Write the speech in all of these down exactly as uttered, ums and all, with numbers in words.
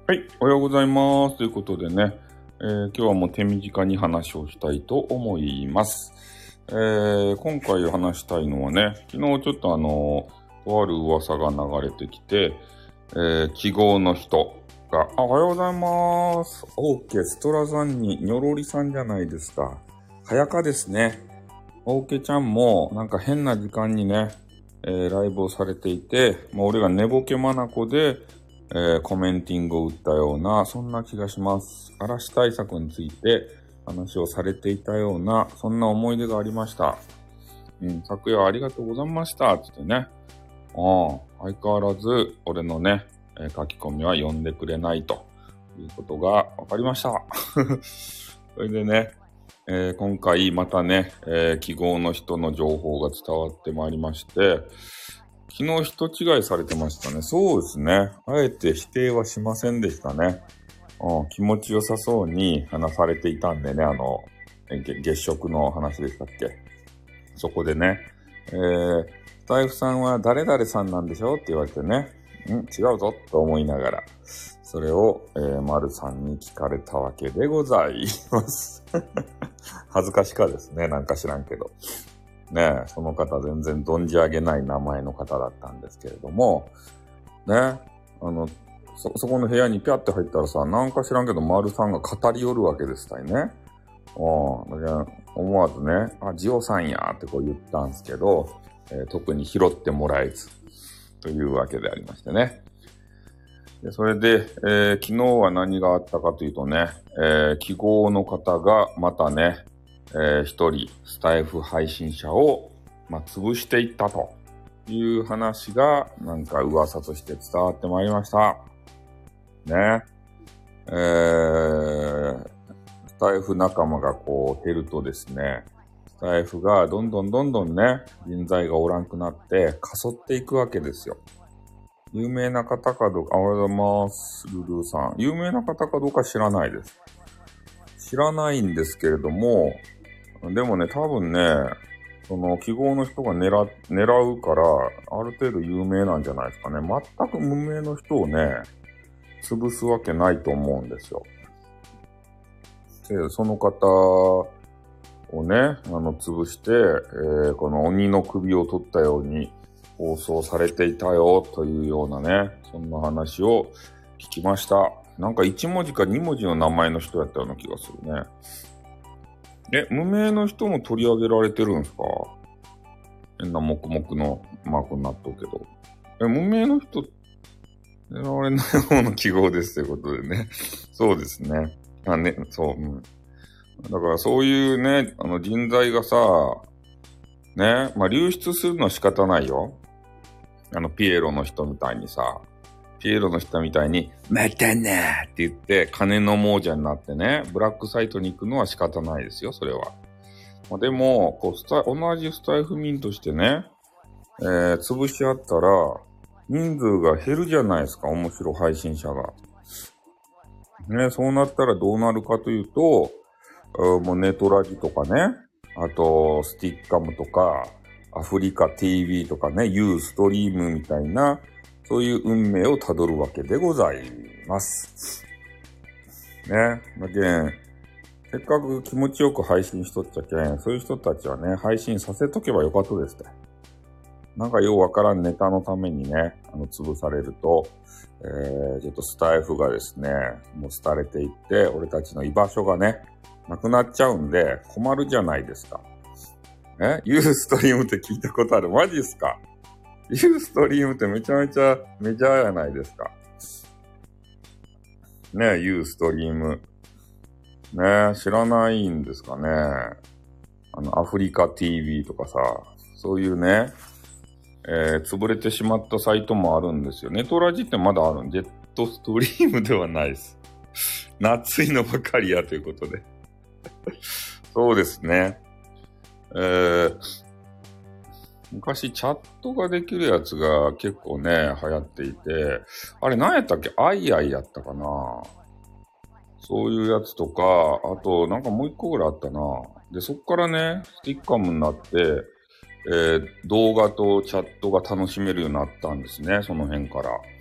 はい、おはようございます。ということでね、えー今日はもう手短に話をしたいと思います。えー今回話したいのはね、昨日ちょっとあの、とある噂が流れてきて、えー記号の人が、あ、おはようございます。オーケー、ストラさんに、ニョロリさんじゃないですか。早かですね。オーケーちゃんもなんか変な時間にね、えーライブをされていて、まあ、俺が寝ぼけまなこで、えーコメンティングを打ったような、そんな気がします。嵐対策について話をされていたような、そんな思い出がありました。うん、昨夜ありがとうございました。つってね。ああ、相変わらず俺のね、えー書き込みは読んでくれないということが分かりました。それでね、えー今回またね、えー記号の人の情報が伝わってまいりまして、昨日人違いされてましたね。そうですね。あえて否定はしませんでしたね。うん、気持ちよさそうに話されていたんでね、あの、えげ月食の話でしたっけ。そこでね、えー、スタイフさんは誰々さんなんでしょって言われてね、ん違うぞと思いながら、それを、えー、丸さんに聞かれたわけでございます。恥ずかしかですね、なんか知らんけど。ねえ、その方全然存じ上げない名前の方だったんですけれども、ね、あの、そ、そこの部屋にピャって入ったらさ、なんか知らんけど丸さんが語り寄るわけですたいね。うん。だから思わずね、あ、ジオさんやってこう言ったんですけど、えー特に拾ってもらえず、というわけでありましてね。でそれで、えー昨日は何があったかというとね、えー記号の方がまたね、えー一人スタイフ配信者を、まあ、潰していったという話がなんか噂として伝わってまいりました。ね。えー、スタイフ仲間がこう減るとですね、スタイフがどんどんどんどんね、人材がおらんくなってかそっていくわけですよ。有名な方かどうか、ありがとうございます、ルルーさん。有名な方かどうか知らないです。知らないんですけれども、でもね、多分ね、その記号の人が狙、狙うから、ある程度有名なんじゃないですかね。全く無名の人をね、潰すわけないと思うんですよ。で、その方をね、あの、潰して、えーこの鬼の首を取ったように放送されていたよというようなね、そんな話を聞きました。なんかいち文字かに文字の名前の人やったような気がするね。え、無名の人も取り上げられてるんですか？変な黙々のマークになっとうけど。え、無名の人、狙われない方の記号ですということでね。そうですね。あ、ね、そう、うん。だからそういうね、あの人材がさ、ね、まあ流出するのは仕方ないよ。あのピエロの人みたいにさ、ピエロの人みたいに、またなーって言って、金の亡者になってね、ブラックサイトに行くのは仕方ないですよ、それは。まあ、でも、こうスタ、同じスタイフ民としてね、えー、潰し合ったら、人数が減るじゃないですか、面白配信者が。ね、そうなったらどうなるかというと、うんもうネトラジとかね、あと、スティッカムとか、アフリカ ティーブイ とかね、ユーストリームみたいな、そういう運命をたどるわけでございます。ね。だけん、せっかく気持ちよく配信しとっちゃけん、そういう人たちはね、配信させとけばよかったですって。なんかようわからんネタのためにね、あの、潰されると、えー、ちょっとスタイフがですね、もう廃れていって、俺たちの居場所がね、なくなっちゃうんで、困るじゃないですか。えユーストリームって聞いたことある？マジっすか？ユーストリームってめちゃめちゃメジャーやないですか。ねえ、ユーストリーム。ねえ、知らないんですかね。あの、アフリカ ティーブイ とかさ、そういうね、えー、潰れてしまったサイトもあるんですよ。ネトラジってまだあるん？ジェットストリームではないです。夏いのばかりやということで。そうですね。えー、昔チャットができるやつが結構ね、流行っていて、あれ何やったっけ？アイアイやったかな？そういうやつとか、あとなんかもう一個ぐらいあったな。で、そっからね、スティッカムになって、えー動画とチャットが楽しめるようになったんですね、その辺から。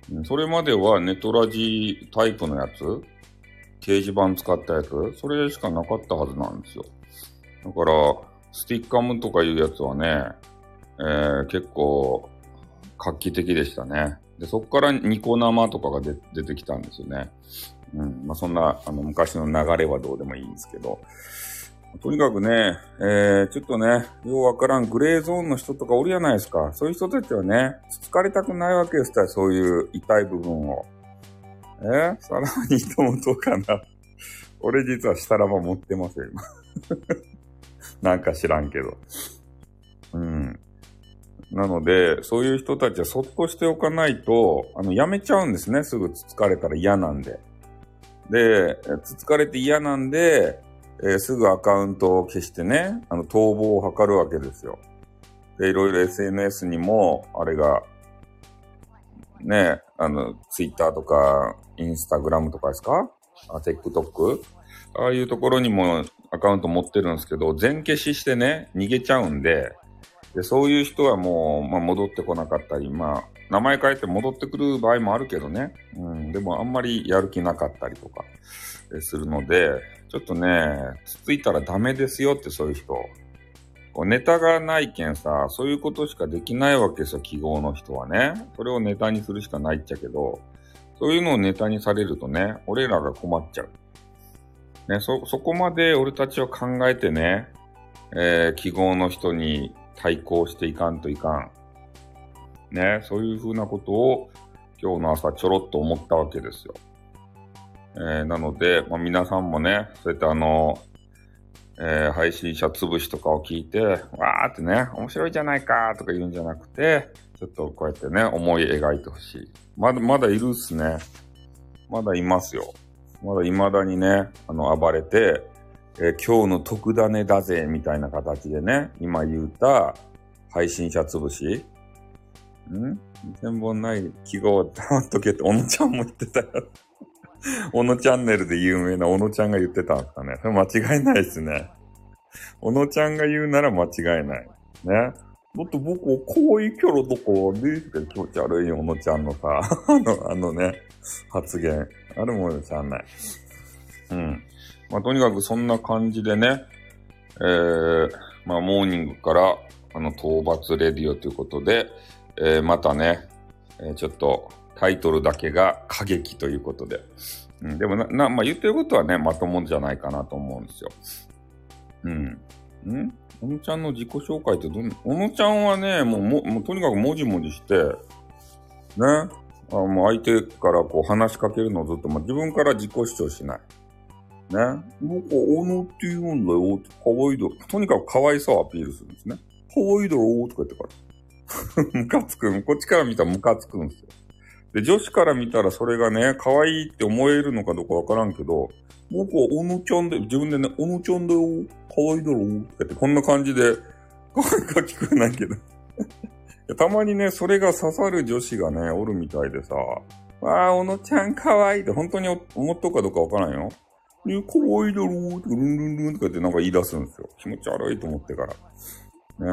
それまではネトラジタイプのやつ、掲示板使ったやつ、それしかなかったはずなんですよ。だから、スティッカムとかいうやつはね、えー、結構画期的でしたね。で、そこからニコ生とかが出出てきたんですよね。うん。まあ、そんな、あの、昔の流れはどうでもいいんですけど。とにかくね、えー、ちょっとね、ようわからんグレーゾーンの人とかおるじゃないですか。そういう人たちはね、疲れたくないわけですから、そういう痛い部分を。えー、さらにともとかな。俺実は下ラバ持ってますよ、今。なんか知らんけど。うん。なので、そういう人たちはそっとしておかないと、あの、やめちゃうんですね。すぐつつかれたら嫌なんで。で、つつかれて嫌なんで、えー、すぐアカウントを消してね、あの、逃亡を図るわけですよ。で、いろいろ エスエヌエス にも、あれが、ね、あの、ツイッターとか、インスタグラムとかですか？あ、テックトック？ああいうところにもアカウント持ってるんですけど、全消ししてね、逃げちゃうんで、で、そういう人はもう、まあ、戻ってこなかったり、まあ、名前変えて戻ってくる場合もあるけどね。うん、でもあんまりやる気なかったりとか、えするので、ちょっとね、つついたらダメですよってそういう人。こうネタがないけんさ、そういうことしかできないわけですよ、記号の人はね。それをネタにするしかないっちゃけど、そういうのをネタにされるとね、俺らが困っちゃう。ね、そ、そこまで俺たちは考えてね、えー、記号の人に対抗していかんといかん。ね、そういうふうなことを今日の朝ちょろっと思ったわけですよ。えー、なので、まあ、皆さんもね、そうやってあの、えー、配信者潰しとかを聞いて、わーってね、面白いじゃないかとか言うんじゃなくて、ちょっとこうやってね、思い描いてほしい。まだ、まだいるっすね。まだいますよ。まだ未だにね、あの、暴れて、えー、今日の特ダネだぜ、みたいな形でね、今言うた配信者潰し。んにせんぼんない記号黙っとけって、小野ちゃんも言ってたよ。小野チャンネルで有名な小野ちゃんが言ってたんですかね。それ間違いないですね。小野ちゃんが言うなら間違いない。ね。だって僕、可愛いキャラとかね、って気持ち悪い小野ちゃんのさ、あの、あのね、発言。あるものじゃない。うん。まあ、とにかくそんな感じでね、えー、まあ、モーニングから、あの、討伐レディオということで、えー、またね、えー、ちょっと、タイトルだけが過激ということで。うん、でもな、な、まあ、言ってることはね、まともじゃないかなと思うんですよ。うん。ん小野ちゃんの自己紹介ってどん、小野ちゃんはね、もう、も、もうとにかくもじもじして、ね。あもう相手からこう話しかけるのをずっと、まあ、自分から自己主張しない。ね。僕、小野って言うんだよ。可愛いだろ。とにかく可愛さをアピールするんですね。可愛いだろとか言ってから。ムカつく。こっちから見たらムカつくんですよ。で、女子から見たらそれがね、可愛いって思えるのかどうかわからんけど、僕は小野ちゃんで、自分でね、小野ちゃんだよ、可愛いだろとか言って、こんな感じで、可愛くは聞こえないけど。たまにね、それが刺さる女子がね、おるみたいでさ、ああ、小野ちゃん可愛いって本当に思っとくかどうかわからんよ。ね、可愛いだろーってルンルンルンとか言ってなんか言い出すんですよ。気持ち悪いと思ってから。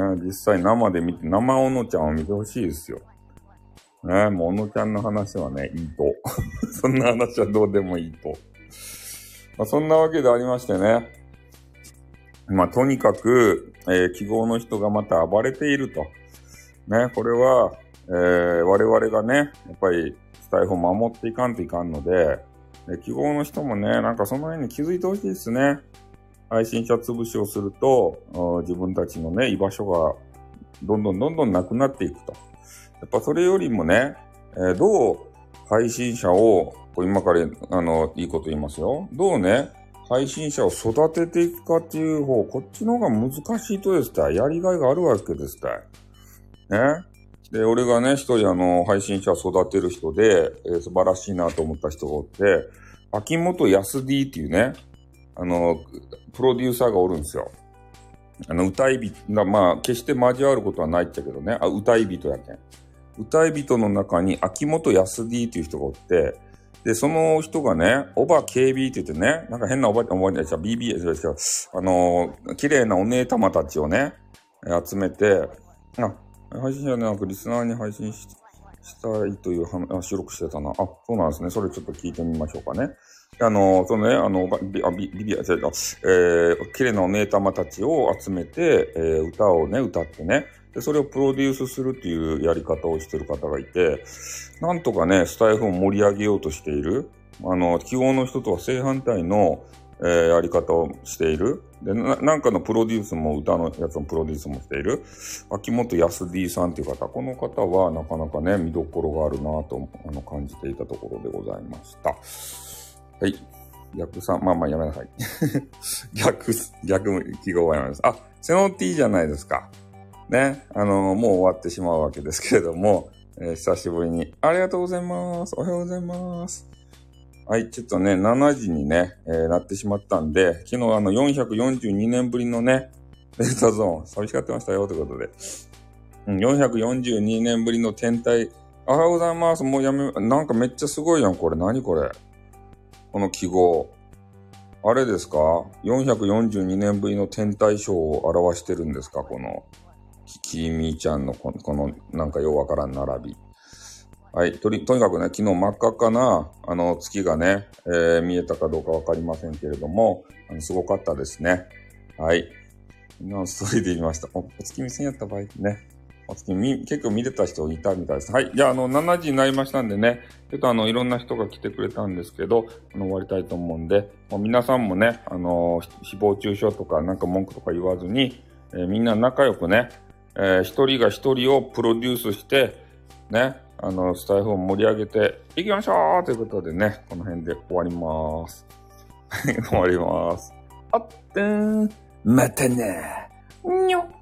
ね、実際生で見て、生小野ちゃんを見てほしいですよ。ね、もう小野ちゃんの話はね、いいと。そんな話はどうでもいいと。まあ、そんなわけでありましてね。まあ、とにかく、えー、記号の人がまた暴れていると。ね、これは、えー、我々がね、やっぱりスタイフを守っていかんといかんので、で記号の人もね、なんかその辺に気づいてほしいですね。配信者潰しをすると、自分たちのね、居場所がどんどんどんどんなくなっていくと。やっぱそれよりもね、えー、どう配信者を、今からあの、いいこと言いますよ。どうね、配信者を育てていくかっていう方、こっちの方が難しいとですたい。やりがいがあるわけですたい。ね。で、俺がね、一人あの、配信者を育てる人で、えー、素晴らしいなと思った人がおって、秋元康 D っていうね、あの、プロデューサーがおるんですよ。あの、歌い人が、まあ、決して交わることはないっちゃけどね、あ、歌い人やけん。歌い人の中に秋元康 D っていう人がおって、で、その人がね、オバ ケービー って言ってね、なんか変なおば、おば、じゃ ビービー、じゃあの、綺麗なお姉玉たちをね、集めて、あ、配信者でなくリスナーに配信ししたいという話、あ、収録してたな。あ、そうなんですね。それちょっと聞いてみましょうかね。あの、そのね、あの、ビあビビビア、違う違う、えー、綺麗なお姉様たちを集めて、えー、歌をね、歌ってね、で、それをプロデュースするっていうやり方をしてる方がいて、なんとかね、スタイフを盛り上げようとしている。あの、記号の人とは正反対の、えー、やり方をしている。でな、なんかのプロデュースも歌のやつのプロデュースもしている。秋元康 D さんという方。この方はなかなかね、見どころがあるなとあの感じていたところでございました。はい。逆さん、まあまあやめなさい。逆、逆記号はやめます。あ、セノ T じゃないですか。ね。あの、もう終わってしまうわけですけれども、えー、久しぶりに。ありがとうございます。おはようございます。はい、ちょっとね、しちじにね、えー、なってしまったんで、昨日あのよんひゃくよんじゅうにねんぶりのね、データゾーン、寂しがってましたよ、ということで。うん、よんひゃくよんじゅうにねんぶりの天体、おはようございます。もうやめ、なんかめっちゃすごいやん、これ。何これ。この記号。あれですか ?よんひゃくよんじゅうにねんぶりの天体ショーを表してるんですかこの、ききみちゃんのこの、このなんかようわからん並び。はい。とり、とにかくね、昨日真っ赤っかな、あの、月がね、えー、見えたかどうかわかりませんけれども、あのすごかったですね。はい。みんなストーリーで言いました。お、お月見せんやった場合ね。お月見、結構見てた人いたみたいです。はい。じゃあ、あの、しちじになりましたんでね、ちょっとあの、いろんな人が来てくれたんですけど、あの、終わりたいと思うんで、もう皆さんもね、あの、誹謗中傷とかなんか文句とか言わずに、えー、みんな仲良くね、えー、一人が一人をプロデュースして、ね、あの、スタイフを盛り上げていきましょうということでね、この辺で終わります。終わります。あってーん、またねー。にょっ。